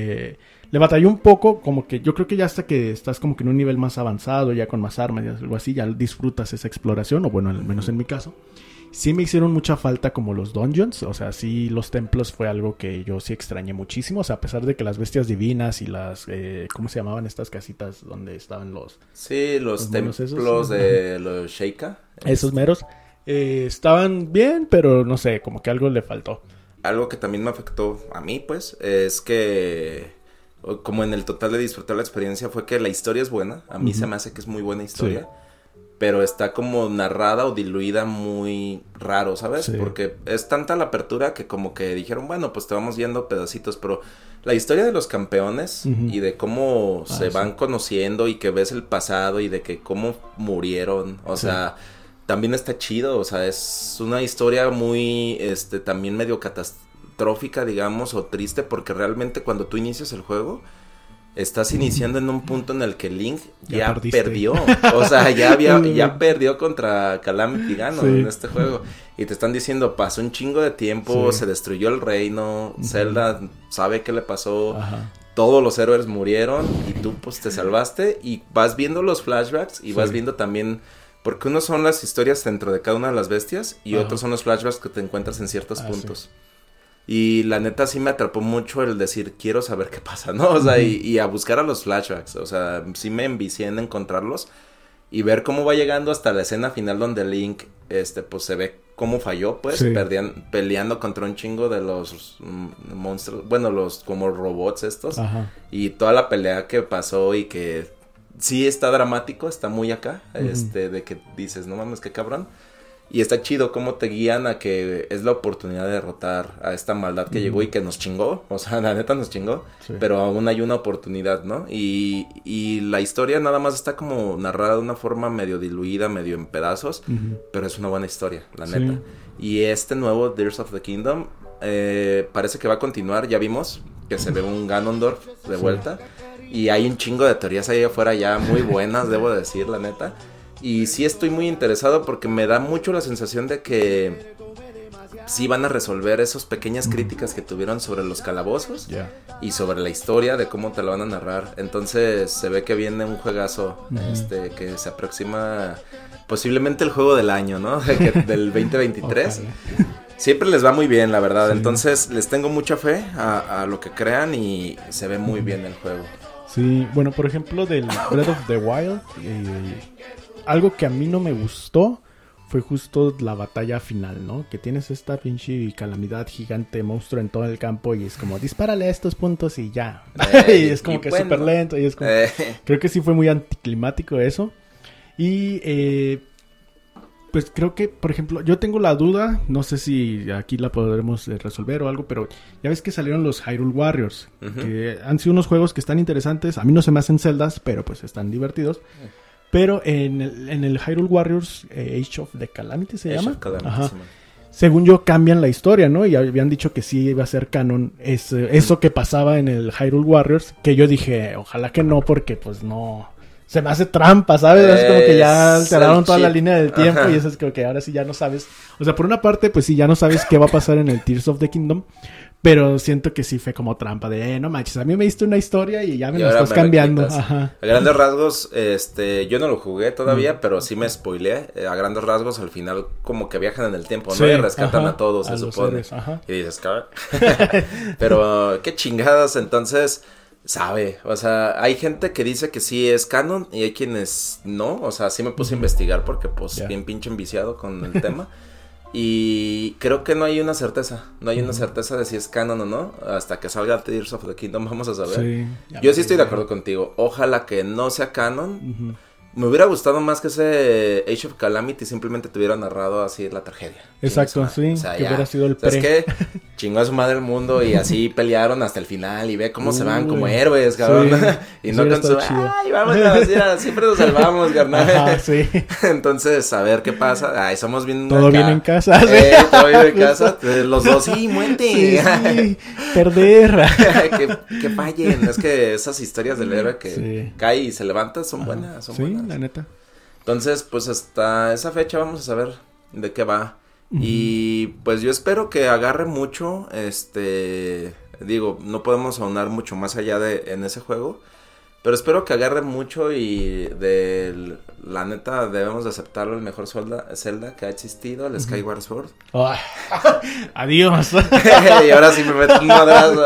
le batalló un poco, como que yo creo que ya hasta que estás como que en un nivel más avanzado, ya con más armas y algo así, ya disfrutas esa exploración, o bueno, al menos en mi caso. Sí me hicieron mucha falta como los dungeons, o sea, sí los templos fue algo que yo sí extrañé muchísimo, o sea, a pesar de que las bestias divinas y las, ¿cómo se llamaban estas casitas donde estaban los... Sí, los templos esos, de los Sheikah. Esos meros, estaban bien, pero no sé, como que algo le faltó. Algo que también me afectó a mí, pues, es que, como en el total de disfrutar la experiencia, fue que la historia es buena, a mí se me hace que es muy buena historia. Sí. Pero está como narrada o diluida muy raro, ¿sabes? Sí. Porque es tanta la apertura que como que dijeron, bueno, pues te vamos viendo pedacitos, pero la historia de los campeones y de cómo se van conociendo y que ves el pasado y de que cómo murieron, o sea, también está chido, o sea, es una historia muy, también medio catastrófica, digamos, o triste, porque realmente cuando tú inicias el juego... Estás iniciando en un punto en el que Link ya perdió. O sea, ya perdió contra Calamity Ganon en este juego. Y te están diciendo, pasó un chingo de tiempo, se destruyó el reino, Zelda sabe qué le pasó, todos los héroes murieron y tú pues te salvaste y vas viendo los flashbacks y vas viendo también... Porque unos son las historias dentro de cada una de las bestias y otros son los flashbacks que te encuentras en ciertos puntos. Sí. Y la neta sí me atrapó mucho el decir, quiero saber qué pasa, ¿no? O sea, y a buscar a los flashbacks, o sea, sí me envicié en encontrarlos y ver cómo va llegando hasta la escena final donde Link, pues se ve cómo falló, pues, peleando contra un chingo de los monstruos, bueno, los como robots estos, y toda la pelea que pasó y que sí está dramático, está muy acá, de que dices, no mames, qué cabrón. Y está chido cómo te guían a que es la oportunidad de derrotar a esta maldad que llegó y que nos chingó. O sea, la neta nos chingó. Sí. Pero aún hay una oportunidad, ¿no? Y la historia nada más está como narrada de una forma medio diluida, medio en pedazos. Pero es una buena historia, la neta. Y este nuevo Tears of the Kingdom parece que va a continuar. Ya vimos que se ve un Ganondorf de vuelta. Y hay un chingo de teorías ahí afuera ya muy buenas, debo decir, la neta. Y sí estoy muy interesado porque me da mucho la sensación de que sí van a resolver esas pequeñas críticas que tuvieron sobre los calabozos y sobre la historia de cómo te lo van a narrar. Entonces se ve que viene un juegazo que se aproxima posiblemente el juego del año, ¿no? Del 2023. Siempre les va muy bien, la verdad. Entonces les tengo mucha fe a lo que crean y se ve muy bien el juego. Sí, bueno, por ejemplo, del Breath of the Wild, algo que a mí no me gustó fue justo la batalla final, ¿no? Que tienes esta pinche calamidad gigante, monstruo en todo el campo y es como, dispárale a estos puntos y ya. Y es como que es súper lento y es como... Creo que sí fue muy anticlimático eso. Y pues creo que, por ejemplo, yo tengo la duda, no sé si aquí la podremos resolver o algo, pero ya ves que salieron los Hyrule Warriors, que han sido unos juegos que están interesantes. A mí no se me hacen celdas, pero pues están divertidos. Pero en el Hyrule Warriors, Age of the Calamity se llama. Ajá. Según yo, cambian la historia, ¿no? Y habían dicho que sí iba a ser canon eso que pasaba en el Hyrule Warriors. Que yo dije, ojalá que no, porque pues no... Se me hace trampa, ¿sabes? Es como que ya alteraron toda la línea del tiempo. Y eso es como que ahora sí ya no sabes... O sea, por una parte, pues sí, ya no sabes qué va a pasar en el Tears of the Kingdom. Pero siento que sí fue como trampa de, no manches, a mí me diste una historia y ya me la estás cambiando. Ajá. A grandes rasgos, yo no lo jugué todavía, pero sí me spoileé. A grandes rasgos, al final, como que viajan en el tiempo, sí, ¿no? Y rescatan a todos, a se supone. Héroes, y dices, ¿qué? Pero, qué chingadas, entonces... Sabe, o sea, hay gente que dice que sí es canon y hay quienes no, o sea, sí me puse a investigar porque pues bien pinche enviciado con el tema. Y creo que no hay una certeza. No hay una certeza de si es canon o no. Hasta que salga Tears of the Kingdom vamos a saber. Sí, yo sí estoy de acuerdo contigo. Ojalá que no sea canon. Me hubiera gustado más que ese Age of Calamity simplemente te hubiera narrado así la tragedia. Exacto, sí. O sea, que ya, hubiera sido el pre. Es que chingó a su madre el mundo y así pelearon hasta el final y ve cómo se van como héroes, cabrón. Sí, y no con su... Ay, vamos a decir, siempre nos salvamos, carnal. Ajá, sí. Entonces, a ver qué pasa. Ay, somos bien... Todo bien en casa. Todo bien en casa. Los dos, sí, muerte. Sí, perder. que fallen. Es que esas historias del héroe que cae y se levanta son buenas, son buenas. La neta. Entonces, pues hasta esa fecha vamos a saber de qué va. Y pues yo espero que agarre mucho, digo, no podemos aunar mucho más allá en ese juego, pero espero que agarre mucho y la neta debemos de aceptarlo, el mejor Zelda que ha existido, el Skyward Sword. Oh, adiós. Y ahora sí me meto un madrazo.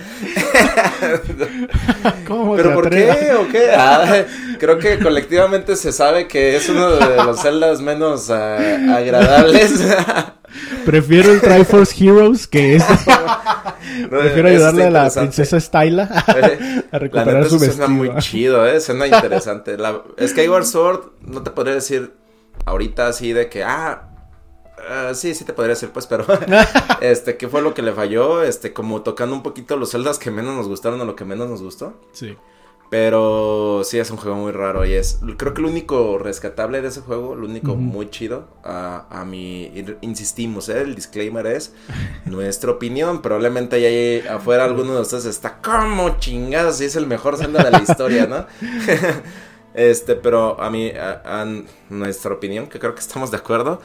¿Cómo ¿Pero por qué o qué? Creo que colectivamente se sabe que es uno de los Zeldas menos agradables. Prefiero el Triforce Heroes que prefiero ayudarle a la princesa Styla a recuperar su vestido. Suena muy chido, suena interesante. Skyward Sword, no te podría decir ahorita así de que, sí te podría decir, pues, pero ¿qué fue lo que le falló? Como tocando un poquito los Zeldas que menos nos gustaron o lo que menos nos gustó. Sí. Pero sí es un juego muy raro y creo que lo único rescatable de ese juego, lo único muy chido, insistimos, el disclaimer es nuestra opinión, probablemente ahí afuera alguno de ustedes está como chingados, si es el mejor Zelda de la historia, ¿no? Pero a mí, a nuestra opinión, que creo que estamos de acuerdo,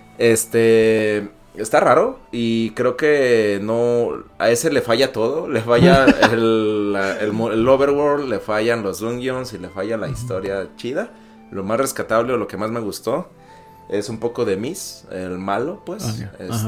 está raro y creo que a ese le falla todo, le falla el overworld, le fallan los dungeons y le falla la historia chida. Lo más rescatable o lo que más me gustó es un poco de Miss, el malo, pues, sí.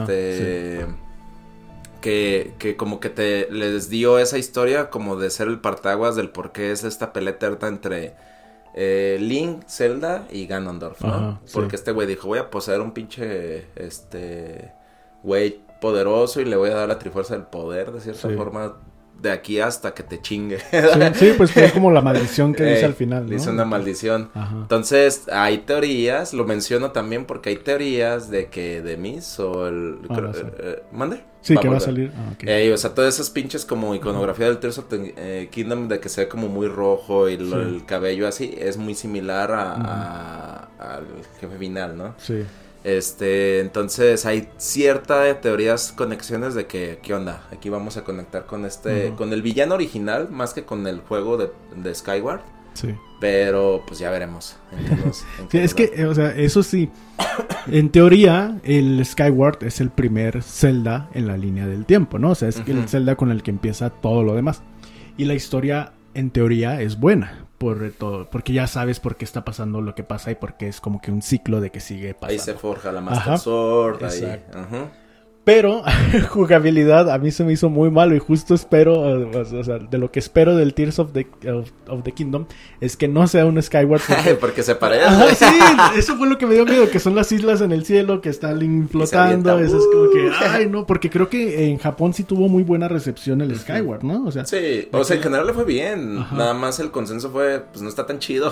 que como que les dio esa historia como de ser el partaguas del por qué es esta pelea eterna entre Link, Zelda y Ganondorf, ¿no? Ajá, porque este güey dijo, voy a poseer un pinche güey poderoso y le voy a dar la trifuerza del poder de cierta forma de aquí hasta que te chingue. Sí, pues fue como la maldición que dice al final, ¿no? Dice una maldición. Ajá. Entonces, hay teorías, lo menciono también porque hay teorías de que de Miss o ¿mande? Sí, que va a salir. Okay. O sea, todas esas pinches como iconografía del Tears of the Kingdom de que se ve como muy rojo y el cabello así, es muy similar al jefe final, ¿no? Sí. Entonces hay ciertas teorías, conexiones de que, ¿qué onda? Aquí vamos a conectar con con el villano original, más que con el juego de Skyward. Sí. Pero, pues ya veremos. Sí, es que, o sea, eso sí. En teoría, el Skyward es el primer Zelda en la línea del tiempo, ¿no? O sea, es el Zelda con el que empieza todo lo demás. Y la historia, en teoría, es buena. Por todo, porque ya sabes por qué está pasando lo que pasa y porque es como que un ciclo de que sigue pasando. Ahí se forja la Master Sword. Exacto. Ahí. Pero jugabilidad a mí se me hizo muy malo y justo espero, o sea, de lo que espero del Tears of the Kingdom es que no sea un Skyward Sword. Porque se parece. Ajá, sí, eso fue lo que me dio miedo, que son las islas en el cielo que están flotando. Eso es como que, ay, no, porque creo que en Japón sí tuvo muy buena recepción el Skyward, ¿no? O sea, sí, o sea, en general le fue bien. Ajá. Nada más el consenso fue, pues no está tan chido.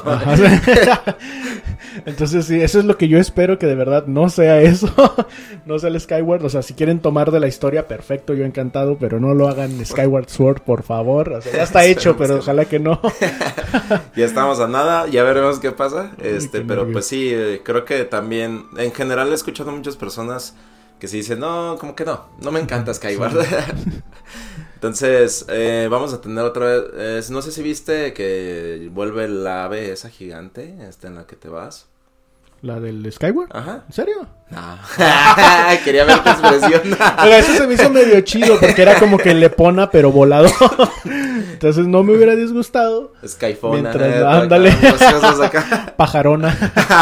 Entonces sí, eso es lo que yo espero, que de verdad no sea eso. No sea el Skyward. O sea, si quieren tomar de la historia, perfecto, yo encantado, pero no lo hagan Skyward Sword, por favor. O sea, ya está hecho, pero ojalá que no. Ya estamos a nada, ya veremos qué pasa. Pero pues sí, creo que también, en general he escuchado a muchas personas que se dicen, no, como que no me encanta Skyward. Sí. Entonces, vamos a tener otra vez, no sé si viste que vuelve la ave esa gigante, en la que te vas. ¿La del Skyward? Ajá. ¿En serio? No. Quería ver tu expresión. Pero eso se me hizo medio chido porque era como que Lepona pero volado. Entonces no me hubiera disgustado. Skyfona. Ándale. Pajarona.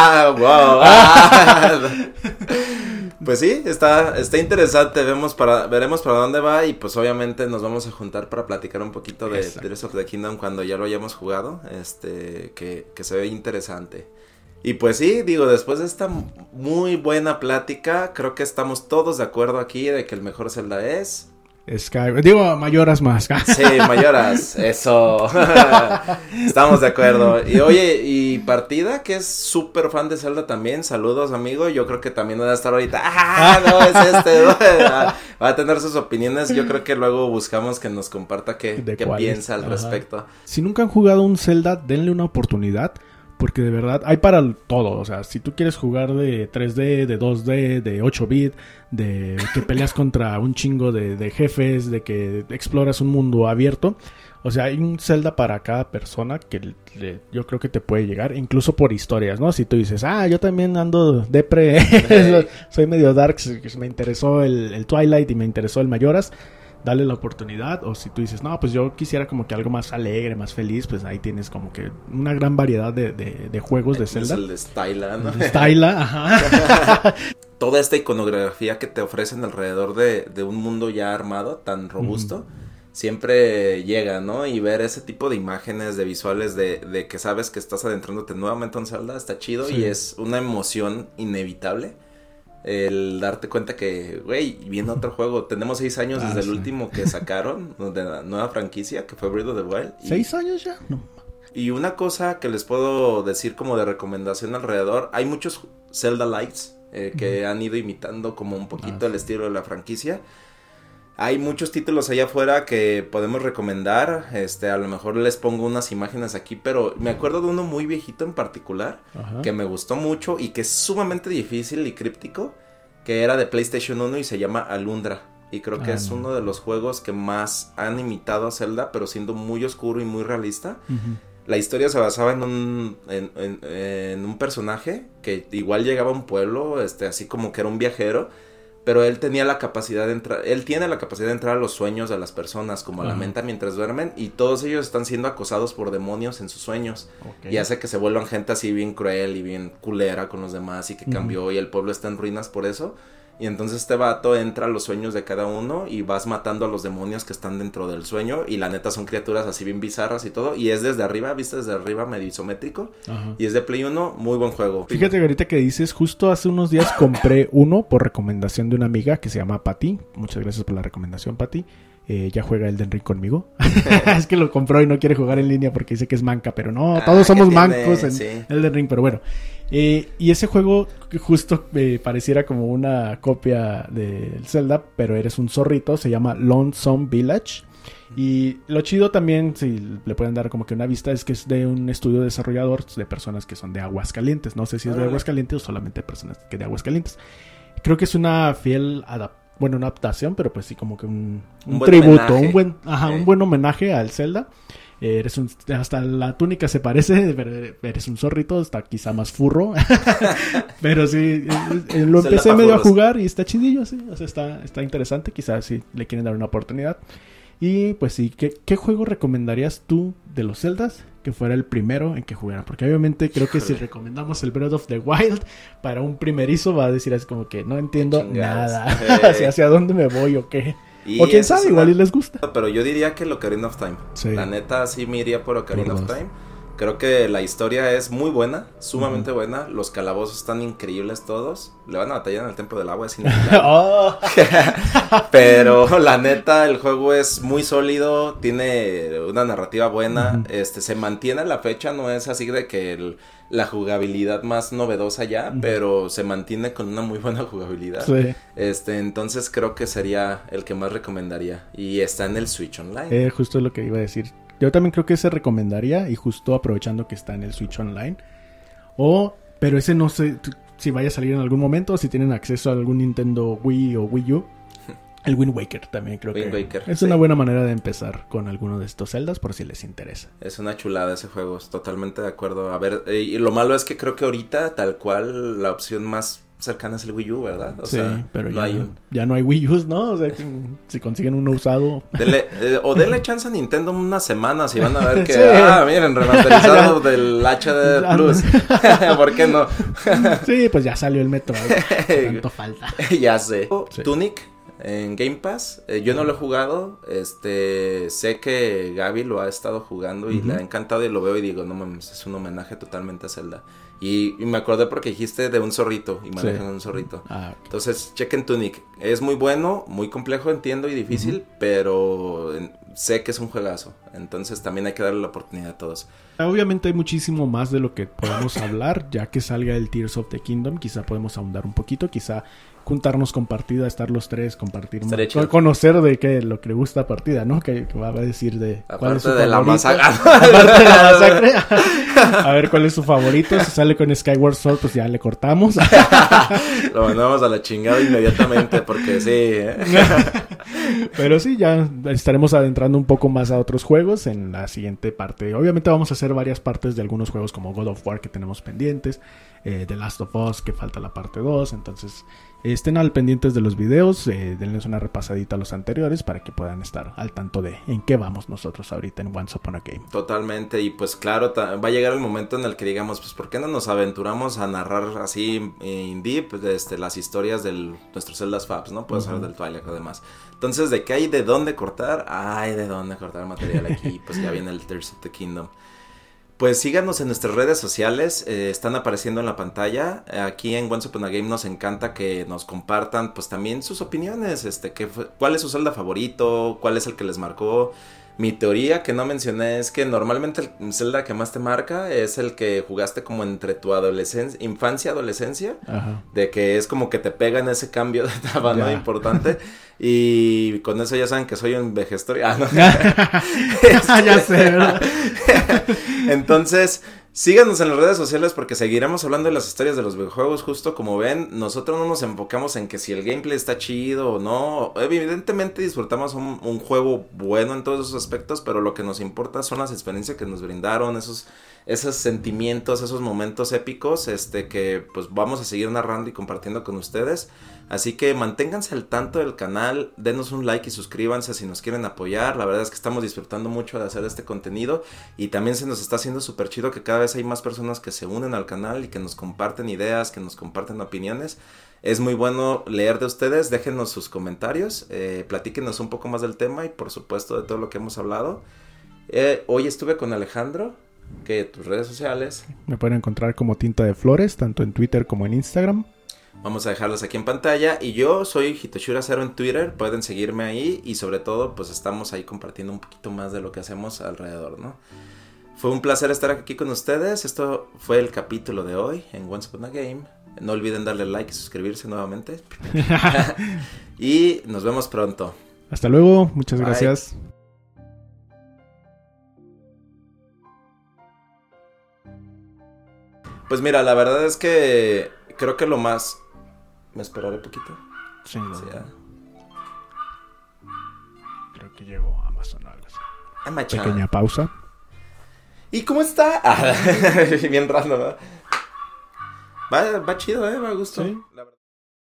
Wow. Pues sí, está interesante. Veremos para dónde va y pues obviamente nos vamos a juntar para platicar un poquito de Tears of the Kingdom cuando ya lo hayamos jugado. Que se ve interesante. Y pues sí, digo, después de esta muy buena plática, creo que estamos todos de acuerdo aquí de que el mejor Zelda es... Skyward. Digo, Mayoras más. Sí, Mayoras, eso. Estamos de acuerdo. Y oye, y Partida, que es súper fan de Zelda también, saludos amigo, yo creo que también va a estar ahorita, no, es va a tener sus opiniones, yo creo que luego buscamos que nos comparta qué piensa al respecto. Si nunca han jugado un Zelda, denle una oportunidad. Porque de verdad hay para todo, o sea, si tú quieres jugar de 3D, de 2D, de 8-bit, de que peleas contra un chingo de jefes, de que exploras un mundo abierto, o sea, hay un Zelda para cada persona que yo creo que te puede llegar, incluso por historias, ¿no? Si tú dices, yo también ando depre, soy medio dark, me interesó el Twilight y me interesó el Majora's, dale la oportunidad. O si tú dices, no, pues yo quisiera como que algo más alegre, más feliz, pues ahí tienes como que una gran variedad de juegos de Zelda. El de Styla, ¿no? Styla, ajá. Toda esta iconografía que te ofrecen alrededor de un mundo ya armado, tan robusto, siempre llega, ¿no? Y ver ese tipo de imágenes, de visuales, de que sabes que estás adentrándote nuevamente en Zelda, está chido, sí. Y es una emoción inevitable. El darte cuenta que, güey, viene otro juego. Tenemos 6 años desde el último que sacaron de la nueva franquicia, que fue Breath of the Wild. ¿6 años ya? No. Y una cosa que les puedo decir como de recomendación alrededor, hay muchos Zelda Lights que han ido imitando como un poquito el estilo de la franquicia. Hay muchos títulos allá afuera que podemos recomendar, a lo mejor les pongo unas imágenes aquí, pero me acuerdo de uno muy viejito en particular, que me gustó mucho y que es sumamente difícil y críptico, que era de PlayStation 1 y se llama Alundra, y creo que es uno de los juegos que más han imitado a Zelda, pero siendo muy oscuro y muy realista. La historia se basaba en un personaje que igual llegaba a un pueblo, así como que era un viajero, pero él tenía la capacidad de entrar, él tiene la capacidad de entrar a los sueños de las personas, como a la mente mientras duermen, y todos ellos están siendo acosados por demonios en sus sueños, y hace que se vuelvan gente así bien cruel y bien culera con los demás, y que cambió, y el pueblo está en ruinas por eso, y entonces este vato entra a los sueños de cada uno, y vas matando a los demonios que están dentro del sueño, y la neta son criaturas así bien bizarras y todo, y es desde arriba, viste desde arriba medio isométrico, y es de Play 1, muy buen juego. Fíjate que ahorita que dices, justo hace unos días compré uno por recomendación de una amiga que se llama Pati, muchas gracias por la recomendación, Pati. Ya juega Elden Ring conmigo. Es que lo compró y no quiere jugar en línea porque dice que es manca, pero no, todos somos mancos en Elden Ring, pero bueno. Y ese juego justo pareciera como una copia del Zelda, pero eres un zorrito, se llama Lonesome Village. Y lo chido también, si le pueden dar como que una vista, es que es de un estudio desarrollador de personas que son de Aguascalientes. No sé si es de Aguascalientes o solamente personas que de Aguascalientes. Creo que es una fiel una adaptación, pero pues sí como que un tributo, homenaje. Un buen homenaje al Zelda. Hasta la túnica se parece, pero eres un zorrito, está quizá más furro. Pero sí, lo empecé medio a jugar y está chidillo, sí. O sea, está interesante, quizás sí le quieren dar una oportunidad. Y pues sí, ¿qué juego recomendarías tú de los Zeldas que fuera el primero en que jugara? Porque obviamente creo que si recomendamos el Breath of the Wild para un primerizo va a decir así como que no entiendo nada. ¿Hacia dónde me voy o qué? O quién sabe, igual y les gusta. Pero yo diría que el Ocarina of Time. Sí. La neta sí me iría por Ocarina of Time. Creo que la historia es muy buena, sumamente buena. Los calabozos están increíbles todos. Le van a batallar en el Templo del Agua, es inevitable. Pero la neta, el juego es muy sólido, tiene una narrativa buena. Se mantiene a la fecha, no es así de que la jugabilidad más novedosa ya, pero se mantiene con una muy buena jugabilidad. Sí. Entonces creo que sería el que más recomendaría. Y está en el Switch Online. Justo lo que iba a decir. Yo también creo que ese recomendaría, y justo aprovechando que está en el Switch Online. Pero ese no sé si vaya a salir en algún momento, o si tienen acceso a algún Nintendo Wii o Wii U. El Wind Waker también creo es una buena manera de empezar con alguno de estos Zeldas, por si les interesa. Es una chulada ese juego, totalmente de acuerdo. A ver, y lo malo es que creo que ahorita tal cual la opción más cercana es el Wii U, ¿verdad? O sea, pero ya no hay Wii U's, ¿no? O sea, si consiguen uno usado... Denle chance a Nintendo unas semanas y van a ver que... miren, remasterizado del HD Plus. ¿Por qué no? Sí, pues ya salió el Metroid. Tanto falta. Ya sé. Sí. Tunic en Game Pass. Yo no lo he jugado. Sé que Gaby lo ha estado jugando y le ha encantado, y lo veo y digo, no mames, es un homenaje totalmente a Zelda. Y me acordé porque dijiste de un zorrito y manejan un zorrito. Okay. Entonces, chequen Tunic. Es muy bueno, muy complejo, entiendo, y difícil, pero sé que es un juegazo. Entonces, también hay que darle la oportunidad a todos. Obviamente hay muchísimo más de lo que podemos hablar. Ya que salga el Tears of the Kingdom, quizá podemos ahondar un poquito. Quizá juntarnos con partida, estar los tres, compartir, conocer de qué lo que le gusta a partida, ¿no? Que va a decir de cuál es su favorito. Aparte de la masacre. A ver cuál es su favorito. Si sale con Skyward Sword, pues ya le cortamos. Lo mandamos a la chingada inmediatamente, porque sí. Pero sí, ya estaremos adentrando un poco más a otros juegos en la siguiente parte. Obviamente vamos a hacer varias partes de algunos juegos como God of War que tenemos pendientes, The Last of Us que falta la parte 2, entonces estén al pendientes de los videos, denles una repasadita a los anteriores para que puedan estar al tanto de en qué vamos nosotros ahorita en Once Upon a Game. Totalmente, y pues claro, va a llegar el momento en el que digamos, pues ¿por qué no nos aventuramos a narrar así in deep las historias de nuestros Zeldas Fabs, ¿no? Puede ser del Twilight además. Entonces, ¿de qué hay de dónde cortar? Hay de dónde cortar material aquí, pues ya viene el Tears of the Kingdom. Pues síganos en nuestras redes sociales, están apareciendo en la pantalla. Aquí en Once Upon a Game nos encanta que nos compartan pues también sus opiniones, cuál es su Zelda favorito, cuál es el que les marcó. Mi teoría que no mencioné es que normalmente el Zelda que más te marca es el que jugaste como entre tu infancia, adolescencia. Ajá. De que es como que te pega en ese cambio de etapa, ¿no? Importante. Y con eso ya saben que soy un vejestor. No. Ya sé, ¿verdad? Entonces, síganos en las redes sociales porque seguiremos hablando de las historias de los videojuegos. Justo como ven, nosotros no nos enfocamos en que si el gameplay está chido o no. Evidentemente disfrutamos un juego bueno en todos esos aspectos, pero lo que nos importa son las experiencias que nos brindaron, esos sentimientos, esos momentos épicos, que pues vamos a seguir narrando y compartiendo con ustedes. Así que manténganse al tanto del canal, denos un like y suscríbanse si nos quieren apoyar. La verdad es que estamos disfrutando mucho de hacer este contenido y también se nos está haciendo súper chido que cada vez hay más personas que se unen al canal y que nos comparten ideas, que nos comparten opiniones. Es muy bueno leer de ustedes, déjenos sus comentarios, platíquenos un poco más del tema y por supuesto de todo lo que hemos hablado. Hoy estuve con Alejandro, que tus redes sociales. Me pueden encontrar como Tinta de Flores, tanto en Twitter como en Instagram. Vamos a dejarlos aquí en pantalla. Y yo soy Hitoshura0 en Twitter. Pueden seguirme ahí. Y sobre todo, pues estamos ahí compartiendo un poquito más de lo que hacemos alrededor, ¿no? Fue un placer estar aquí con ustedes. Esto fue el capítulo de hoy en Once Upon a Game. No olviden darle like y suscribirse nuevamente. Y nos vemos pronto. Hasta luego. Muchas gracias. Pues mira, la verdad es que creo que lo más... ¿Me esperaré poquito? Sí, creo que llegó Amazon o algo así. Pequeña pausa. ¿Y cómo está? Bien raro, ¿verdad? Va chido, va a gusto. Sí. La verdad.